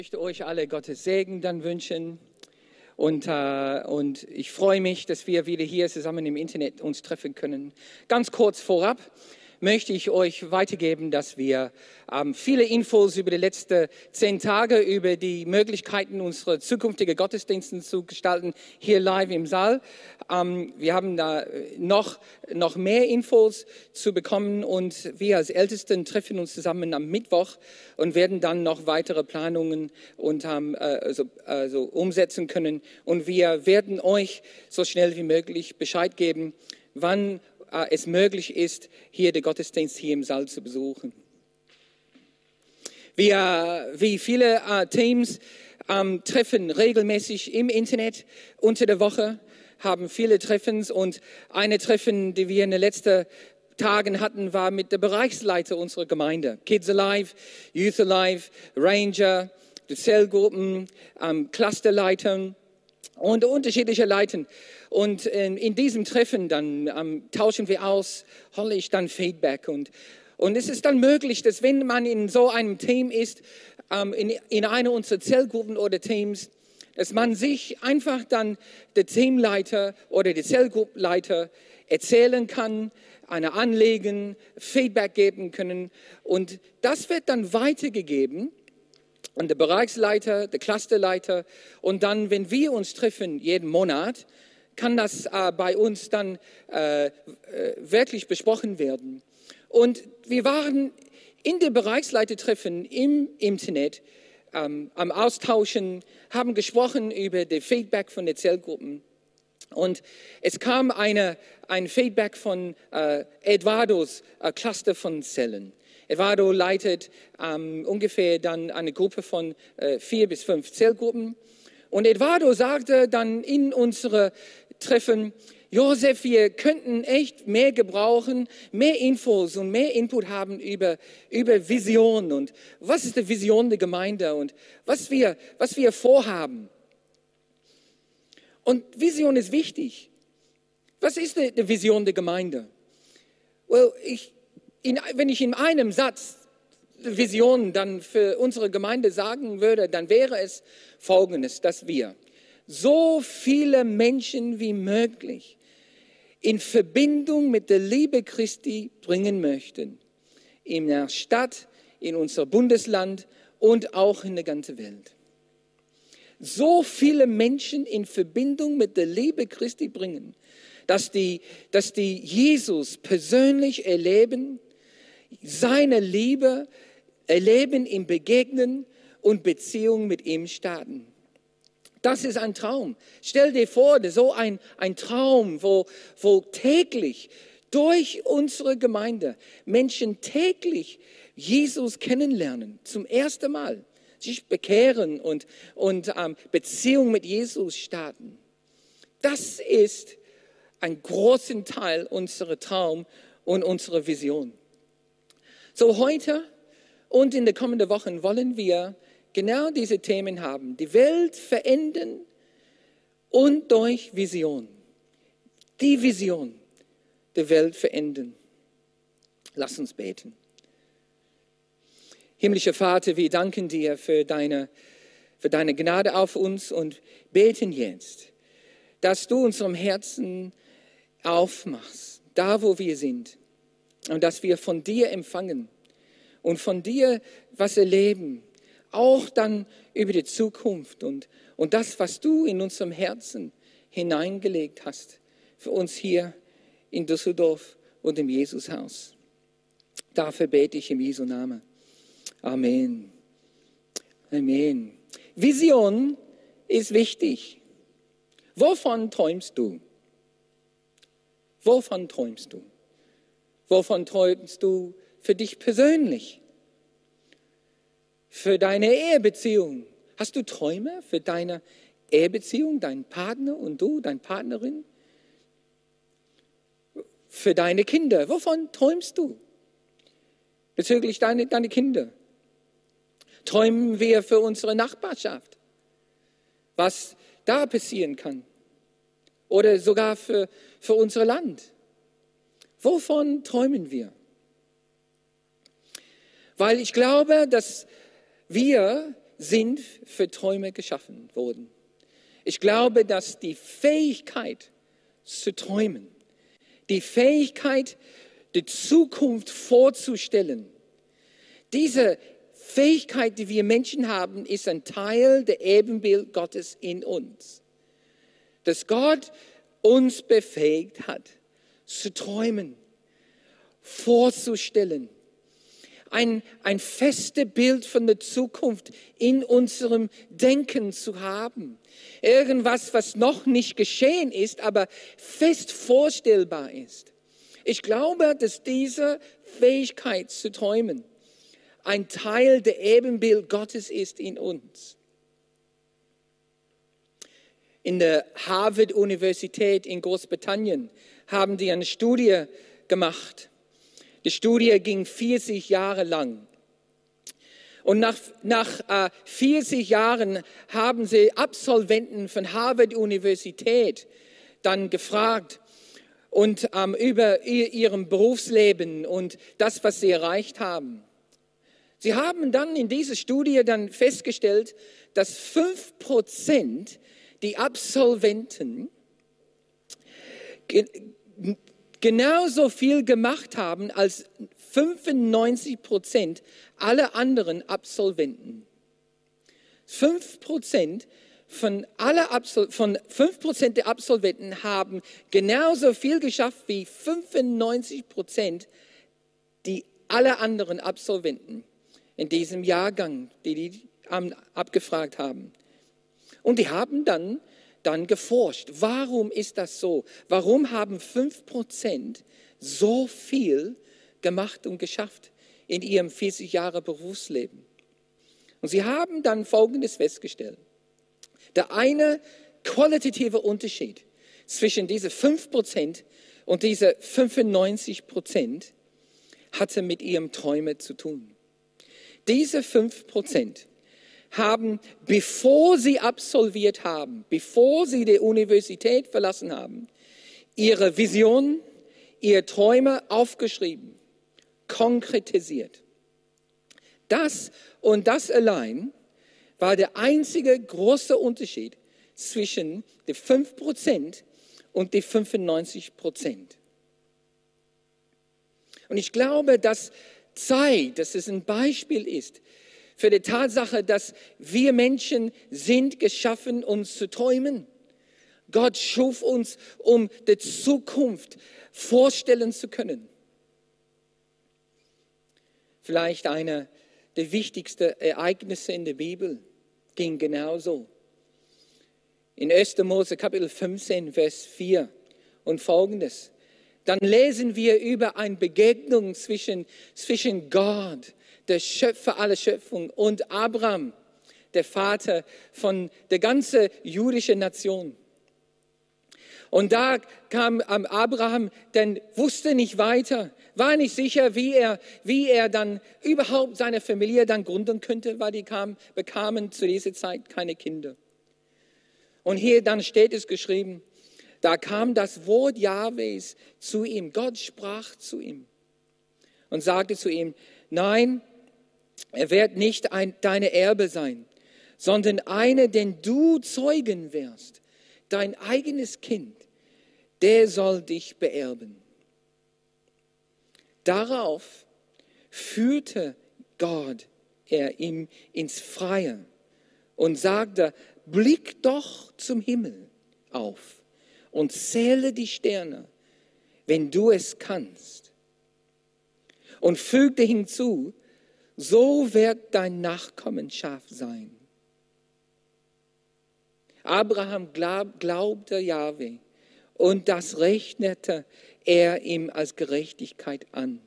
Ich möchte euch alle Gottes Segen dann wünschen und ich freue mich, dass wir wieder hier zusammen im Internet uns treffen können. Ganz kurz vorab möchte ich euch weitergeben, dass wir viele Infos über die letzten 10 Tage, über die Möglichkeiten unserer zukünftigen Gottesdienste zu gestalten, hier live im Saal. Wir haben da noch mehr Infos zu bekommen und wir als Ältesten treffen uns zusammen am Mittwoch und werden dann noch weitere Planungen und umsetzen können. Und wir werden euch so schnell wie möglich Bescheid geben, wann es möglich ist, hier den Gottesdienst hier im Saal zu besuchen. Wir, wie viele Teams, treffen regelmäßig im Internet unter der Woche, haben viele Treffens und eine Treffen, die wir in den letzten Tagen hatten, war mit der Bereichsleiter unserer Gemeinde. Kids Alive, Youth Alive, Ranger, die Zellgruppen, Clusterleitern und unterschiedliche Leiter. Und in diesem Treffen dann tauschen wir aus, hole ich dann Feedback. Und es ist dann möglich, dass wenn man in so einem Team ist, in einer unserer Zellgruppen oder Teams, dass man sich einfach dann der Teamleiter oder der Zellgruppenleiter erzählen kann, eine Anliegen, Feedback geben können. Und das wird dann weitergegeben an den Bereichsleiter, der Clusterleiter. Und dann, wenn wir uns treffen jeden Monat, kann das bei uns dann wirklich besprochen werden. Und wir waren in den Bereichsleitertreffen im Internet am Austauschen, haben gesprochen über das Feedback von den Zellgruppen. Und es kam ein Feedback von Eduardos Cluster von Zellen. Eduardo leitet ungefähr dann eine Gruppe von 4 bis 5 Zellgruppen. Und Eduardo sagte dann in unsere Treffen, Josef, wir könnten echt mehr gebrauchen, mehr Infos und mehr Input haben über Vision und was ist die Vision der Gemeinde und was wir vorhaben. Und Vision ist wichtig. Was ist die Vision der Gemeinde? Well, wenn ich in einem Satz Vision dann für unsere Gemeinde sagen würde, dann wäre es Folgendes, dass wir so viele Menschen wie möglich in Verbindung mit der Liebe Christi bringen möchten. In der Stadt, in unser Bundesland und auch in der ganzen Welt. So viele Menschen in Verbindung mit der Liebe Christi bringen, dass die Jesus persönlich erleben, seine Liebe erleben, ihm begegnen und Beziehung mit ihm starten. Das ist ein Traum. Stell dir vor, so ein Traum, wo täglich durch unsere Gemeinde Menschen täglich Jesus kennenlernen, zum ersten Mal, sich bekehren und Beziehung mit Jesus starten. Das ist ein großer Teil unserer Traum und unserer Vision. So heute und in den kommenden Wochen wollen wir genau diese Themen haben. Die Welt verändern und durch Vision. Die Vision der Welt verändern. Lass uns beten. Himmlischer Vater, wir danken dir für deine Gnade auf uns und beten jetzt, dass du unserem Herzen aufmachst, da wo wir sind. Und dass wir von dir empfangen und von dir was erleben. Auch dann über die Zukunft und das, was du in unserem Herzen hineingelegt hast für uns hier in Düsseldorf und im Jesushaus. Dafür bete ich im Jesu Namen. Amen. Amen. Vision ist wichtig. Wovon träumst du? Wovon träumst du? Wovon träumst du für dich persönlich? Für deine Ehebeziehung. Hast du Träume für deine Ehebeziehung, deinen Partner und du, deine Partnerin? Für deine Kinder. Wovon träumst du? Bezüglich deine Kinder. Träumen wir für unsere Nachbarschaft? Was da passieren kann? Oder sogar für unser Land? Wovon träumen wir? Weil ich glaube, dass wir sind für Träume geschaffen worden. Ich glaube, dass die Fähigkeit zu träumen, die Fähigkeit, die Zukunft vorzustellen, diese Fähigkeit, die wir Menschen haben, ist ein Teil der Ebenbild Gottes in uns. Dass Gott uns befähigt hat, zu träumen, vorzustellen, ein festes Bild von der Zukunft in unserem Denken zu haben. Irgendwas, was noch nicht geschehen ist, aber fest vorstellbar ist. Ich glaube, dass diese Fähigkeit zu träumen ein Teil der Ebenbild Gottes ist in uns. In der Harvard-Universität in Großbritannien haben die eine Studie gemacht. Die Studie ging 40 Jahre lang. Und nach 40 Jahren haben sie Absolventen von Harvard-Universität dann gefragt und über ihrem Berufsleben und das, was sie erreicht haben. Sie haben dann in dieser Studie dann festgestellt, dass 5% die Absolventen genauso viel gemacht haben als 95% aller anderen Absolventen. 5% von 5% der Absolventen haben genauso viel geschafft wie 95% die alle anderen Absolventen in diesem Jahrgang, die abgefragt haben. Und die haben dann geforscht, warum ist das so? Warum haben 5% so viel gemacht und geschafft in ihrem 40 Jahre Berufsleben? Und sie haben dann Folgendes festgestellt. Der eine qualitative Unterschied zwischen diese 5% und diese 95% hatte mit ihrem Träumen zu tun. Diese 5% haben, bevor sie absolviert haben, bevor sie die Universität verlassen haben, ihre Vision, ihre Träume aufgeschrieben, konkretisiert. Das und das allein war der einzige große Unterschied zwischen den 5% und den 95%. Und ich glaube, dass es ein Beispiel ist für die Tatsache, dass wir Menschen sind geschaffen, uns zu träumen. Gott schuf uns, um die Zukunft vorstellen zu können. Vielleicht einer der wichtigsten Ereignisse in der Bibel ging genauso. In 1. Mose Kapitel 15, Vers 4 und folgendes. Dann lesen wir über eine Begegnung zwischen Gott, der Schöpfer aller Schöpfung, und Abraham, der Vater von der ganzen jüdischen Nation. Und da kam Abraham, denn wusste nicht weiter, war nicht sicher, wie er dann überhaupt seine Familie dann gründen könnte, weil die bekamen zu dieser Zeit keine Kinder. Und hier dann steht es geschrieben, da kam das Wort Jahwes zu ihm. Gott sprach zu ihm und sagte zu ihm, nein, er wird nicht deine Erbe sein, sondern einer, den du zeugen wirst, dein eigenes Kind, der soll dich beerben. Darauf führte Gott ihm ins Freie und sagte, blick doch zum Himmel auf und zähle die Sterne, wenn du es kannst. Und fügte hinzu, so wird dein Nachkommenschaft sein. Abraham glaubte Jahwe und das rechnete er ihm als Gerechtigkeit an.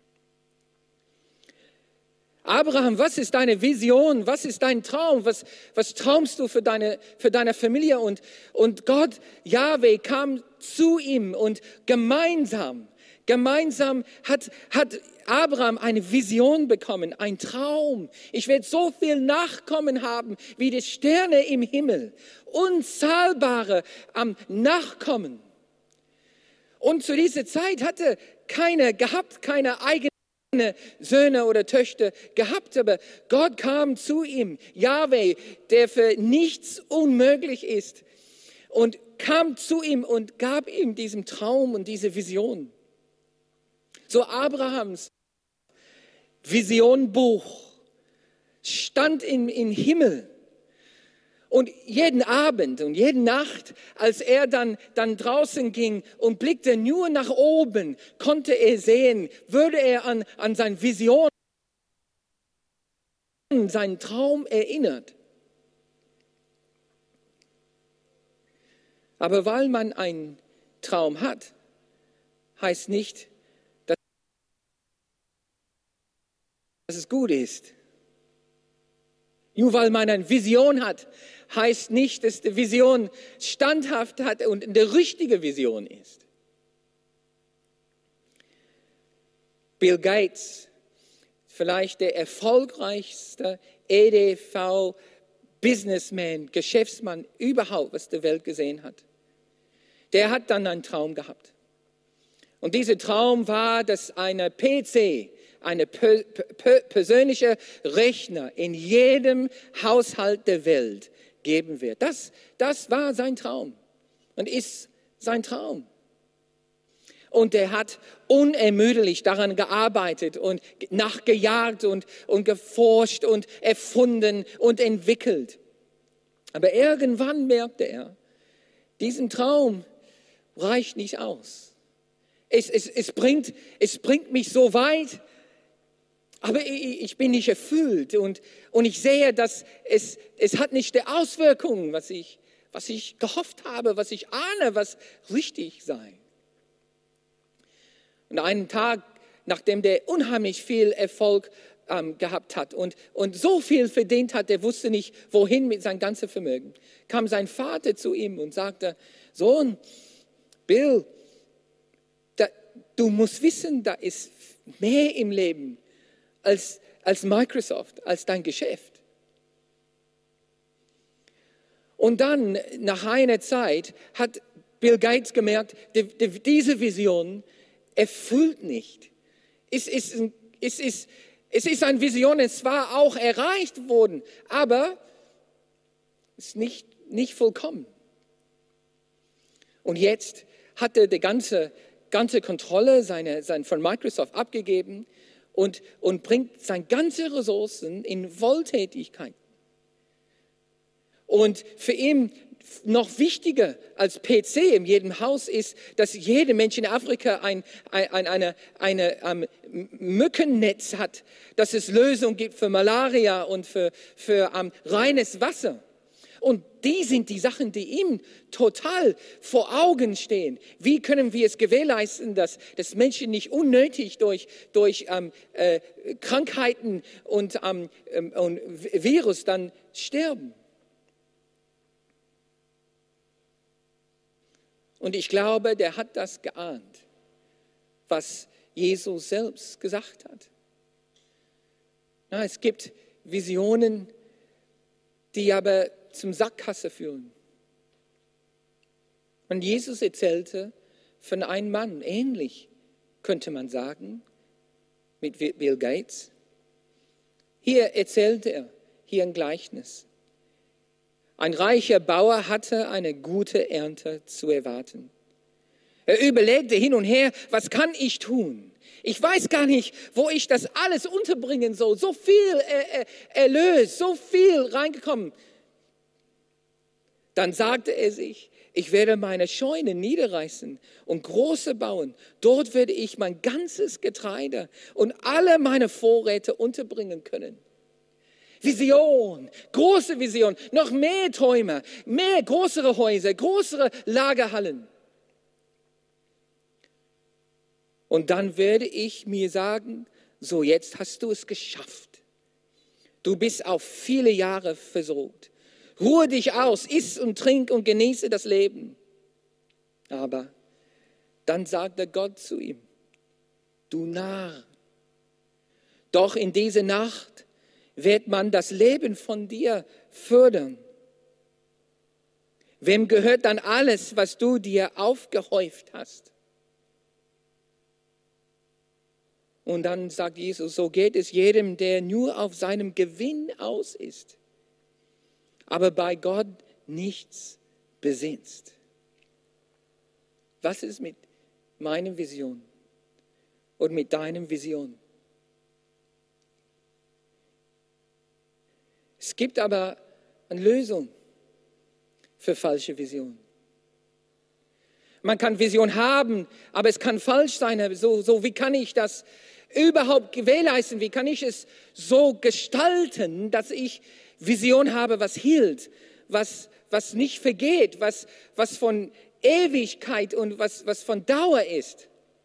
Abraham, was ist deine Vision? Was ist dein Traum? Was traumst du für deine Familie? Und Gott, Jahwe, kam zu ihm und gemeinsam hat Abraham eine Vision bekommen, ein Traum. Ich werde so viel Nachkommen haben wie die Sterne im Himmel. Unzahlbare Nachkommen. Und zu dieser Zeit hatte keine eigene Söhne oder Töchter gehabt, aber Gott kam zu ihm, Jahwe, der für nichts unmöglich ist, und kam zu ihm und gab ihm diesen Traum und diese Vision. So Abrahams Visionbuch stand im Himmel. Und jeden Abend und jede Nacht, als er dann draußen ging und blickte nur nach oben, konnte er sehen, würde er an seine Vision, seinen Traum erinnert. Aber weil man einen Traum hat, heißt nicht, dass es gut ist. Nur weil man eine Vision hat, heißt nicht, dass die Vision standhaft hat und eine richtige Vision ist. Bill Gates, vielleicht der erfolgreichste EDV-Businessman, Geschäftsmann überhaupt, was die Welt gesehen hat. Der hat dann einen Traum gehabt. Und dieser Traum war, dass eine PC, eine persönliche Rechner in jedem Haushalt der Welt geben wird. Das war sein Traum und ist sein Traum. Und er hat unermüdlich daran gearbeitet und nachgejagt und geforscht und erfunden und entwickelt. Aber irgendwann merkte er, diesen Traum reicht nicht aus. Es bringt mich so weit, aber ich bin nicht erfüllt und ich sehe, dass es hat nicht die Auswirkungen, was ich gehofft habe, was ich ahne, was richtig sei. Und einen Tag, nachdem der unheimlich viel Erfolg gehabt hat und so viel verdient hat, der wusste nicht, wohin mit seinem ganzen Vermögen, kam sein Vater zu ihm und sagte, Sohn, Bill, du musst wissen, da ist mehr im Leben als Microsoft, als dein Geschäft. Und dann, nach einer Zeit, hat Bill Gates gemerkt, diese Vision erfüllt nicht. Es ist eine Vision, es war auch erreicht worden, aber es ist nicht vollkommen. Und jetzt hat er die ganze Kontrolle von Microsoft abgegeben und bringt seine ganzen Ressourcen in Wohltätigkeit. Und für ihn noch wichtiger als PC in jedem Haus ist, dass jeder Mensch in Afrika ein Mückennetz hat, dass es Lösungen gibt für Malaria und für reines Wasser. Und die sind die Sachen, die ihm total vor Augen stehen. Wie können wir es gewährleisten, dass Menschen nicht unnötig durch Krankheiten und Virus dann sterben? Und ich glaube, der hat das geahnt, was Jesus selbst gesagt hat. Es gibt Visionen, die aber zum Sackgasse führen. Und Jesus erzählte von einem Mann, ähnlich könnte man sagen, mit Bill Gates. Hier erzählte er, hier ein Gleichnis. Ein reicher Bauer hatte eine gute Ernte zu erwarten. Er überlegte hin und her, was kann ich tun? Ich weiß gar nicht, wo ich das alles unterbringen soll. So viel Erlös, so viel reingekommen. Dann sagte er sich, ich werde meine Scheune niederreißen und große bauen. Dort werde ich mein ganzes Getreide und alle meine Vorräte unterbringen können. Vision, große Vision, noch mehr Träume, mehr größere Häuser, größere Lagerhallen. Und dann werde ich mir sagen, so jetzt hast du es geschafft. Du bist auf viele Jahre versorgt. Ruhe dich aus, iss und trink und genieße das Leben. Aber dann sagte Gott zu ihm, du Narr, doch in dieser Nacht wird man das Leben von dir fördern. Wem gehört dann alles, was du dir aufgehäuft hast? Und dann sagt Jesus, so geht es jedem, der nur auf seinem Gewinn aus ist, aber bei Gott nichts besitzt. Was ist mit meiner Vision und mit deiner Vision? Es gibt aber eine Lösung für falsche Visionen. Man kann Vision haben, aber es kann falsch sein. So wie kann ich das überhaupt gewährleisten? Wie kann ich es so gestalten, dass ich Vision habe, was hielt, was nicht vergeht, was von Ewigkeit und was von Dauer ist?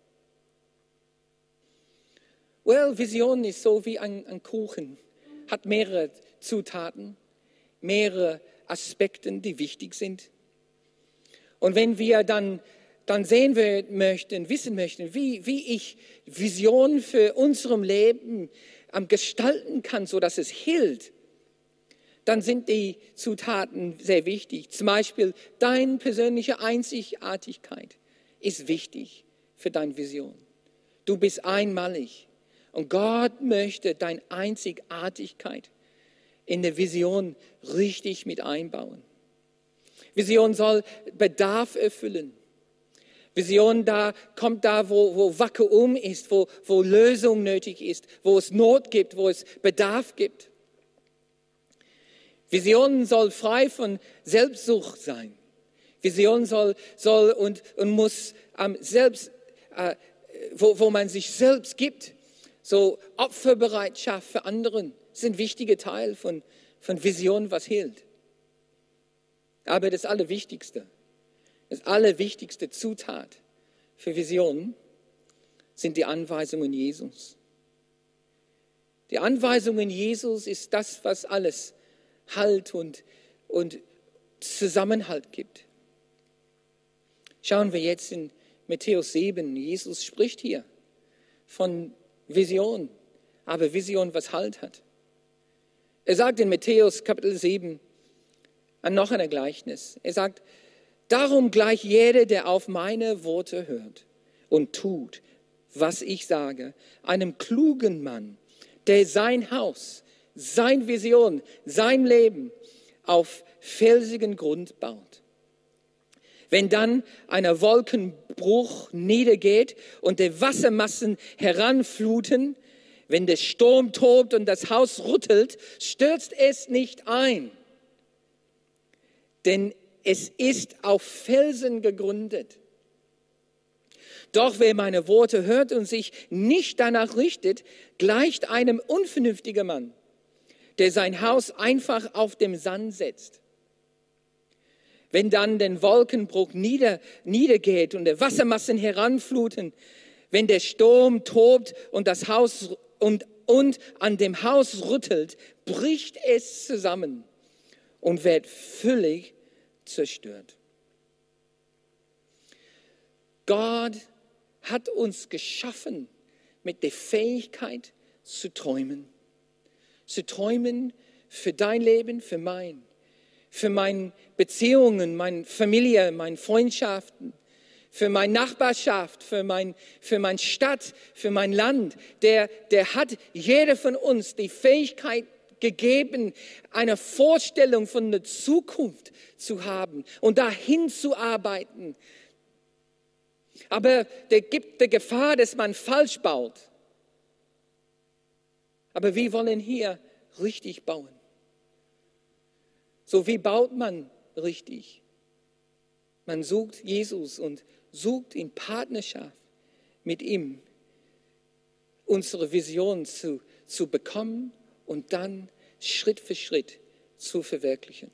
Vision ist so wie ein Kuchen, hat mehrere Zutaten, mehrere Aspekte, die wichtig sind. Und wenn wir dann sehen möchten, wissen möchten, wie ich Vision für unserem Leben gestalten kann, sodass es hielt, dann sind die Zutaten sehr wichtig. Zum Beispiel deine persönliche Einzigartigkeit ist wichtig für deine Vision. Du bist einmalig und Gott möchte deine Einzigartigkeit in der Vision richtig mit einbauen. Vision soll Bedarf erfüllen. Vision kommt da, wo Vakuum ist, wo Lösung nötig ist, wo es Not gibt, wo es Bedarf gibt. Vision soll frei von Selbstsucht sein. Vision soll und muss selbst, wo man sich selbst gibt. So Opferbereitschaft für anderen sind wichtige Teil von Vision, was hielt. Aber das Allerwichtigste Zutat für Vision sind die Anweisungen Jesus. Die Anweisungen Jesus ist das, was alles Halt und Zusammenhalt gibt. Schauen wir jetzt in Matthäus 7. Jesus spricht hier von Vision, aber Vision, was Halt hat. Er sagt in Matthäus Kapitel 7 noch ein Gleichnis. Er sagt, darum gleich jeder, der auf meine Worte hört und tut, was ich sage, einem klugen Mann, der sein Haus, seine Vision, sein Leben auf felsigen Grund baut. Wenn dann ein Wolkenbruch niedergeht und die Wassermassen heranfluten, wenn der Sturm tobt und das Haus rüttelt, stürzt es nicht ein. Denn es ist auf Felsen gegründet. Doch wer meine Worte hört und sich nicht danach richtet, gleicht einem unvernünftigen Mann, der sein Haus einfach auf dem Sand setzt. Wenn dann der Wolkenbruch niedergeht und die Wassermassen heranfluten, wenn der Sturm tobt und das Haus und an dem Haus rüttelt, bricht es zusammen und wird völlig zerstört. Gott hat uns geschaffen mit der Fähigkeit zu träumen. Zu träumen für dein Leben, für meine Beziehungen, meine Familie, meine Freundschaften, für meine Nachbarschaft, für meine Stadt, für mein Land. Der hat jeder von uns die Fähigkeit gegeben, eine Vorstellung von der Zukunft zu haben und dahin zu arbeiten. Aber der gibt die Gefahr, dass man falsch baut. Aber wir wollen hier richtig bauen. So, wie baut man richtig? Man sucht Jesus und sucht in Partnerschaft mit ihm, unsere Vision zu bekommen und dann Schritt für Schritt zu verwirklichen.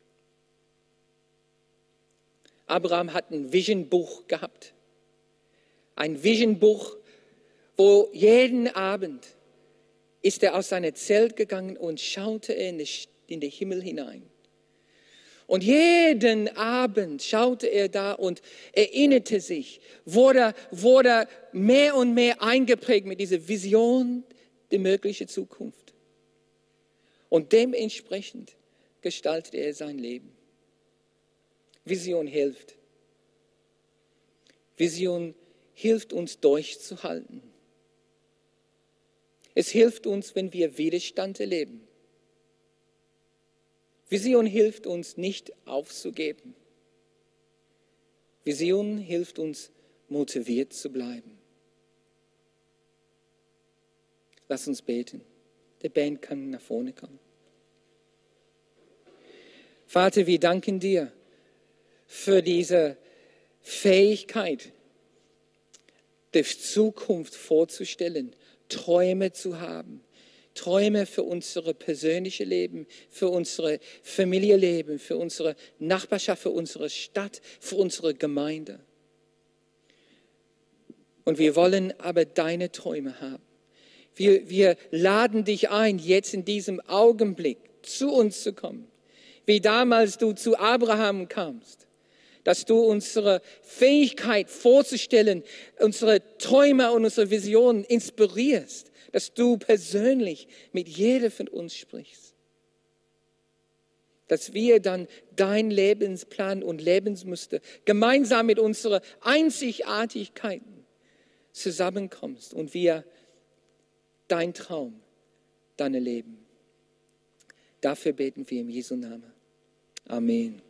Abraham hat ein Visionbuch gehabt. Ein Visionbuch, wo jeden Abend ist er aus seinem Zelt gegangen und schaute in den Himmel hinein. Und jeden Abend schaute er da und erinnerte sich, wurde mehr und mehr eingeprägt mit dieser Vision der möglichen Zukunft. Und dementsprechend gestaltet er sein Leben. Vision hilft. Vision hilft uns durchzuhalten. Es hilft uns, wenn wir Widerstand erleben. Vision hilft uns, nicht aufzugeben. Vision hilft uns, motiviert zu bleiben. Lass uns beten. Der Band kann nach vorne kommen. Vater, wir danken dir für diese Fähigkeit, die Zukunft vorzustellen, Träume zu haben. Träume für unser persönliches Leben, für unser Familienleben, für unsere Nachbarschaft, für unsere Stadt, für unsere Gemeinde. Und wir wollen aber deine Träume haben. Wir laden dich ein, jetzt in diesem Augenblick zu uns zu kommen. Wie damals du zu Abraham kamst. Dass du unsere Fähigkeit vorzustellen, unsere Träume und unsere Visionen inspirierst. Dass du persönlich mit jedem von uns sprichst. Dass wir dann dein Lebensplan und Lebensmuster gemeinsam mit unseren Einzigartigkeiten zusammenkommst und wir dein Traum, dein Leben. Dafür beten wir im Jesu Namen. Amen.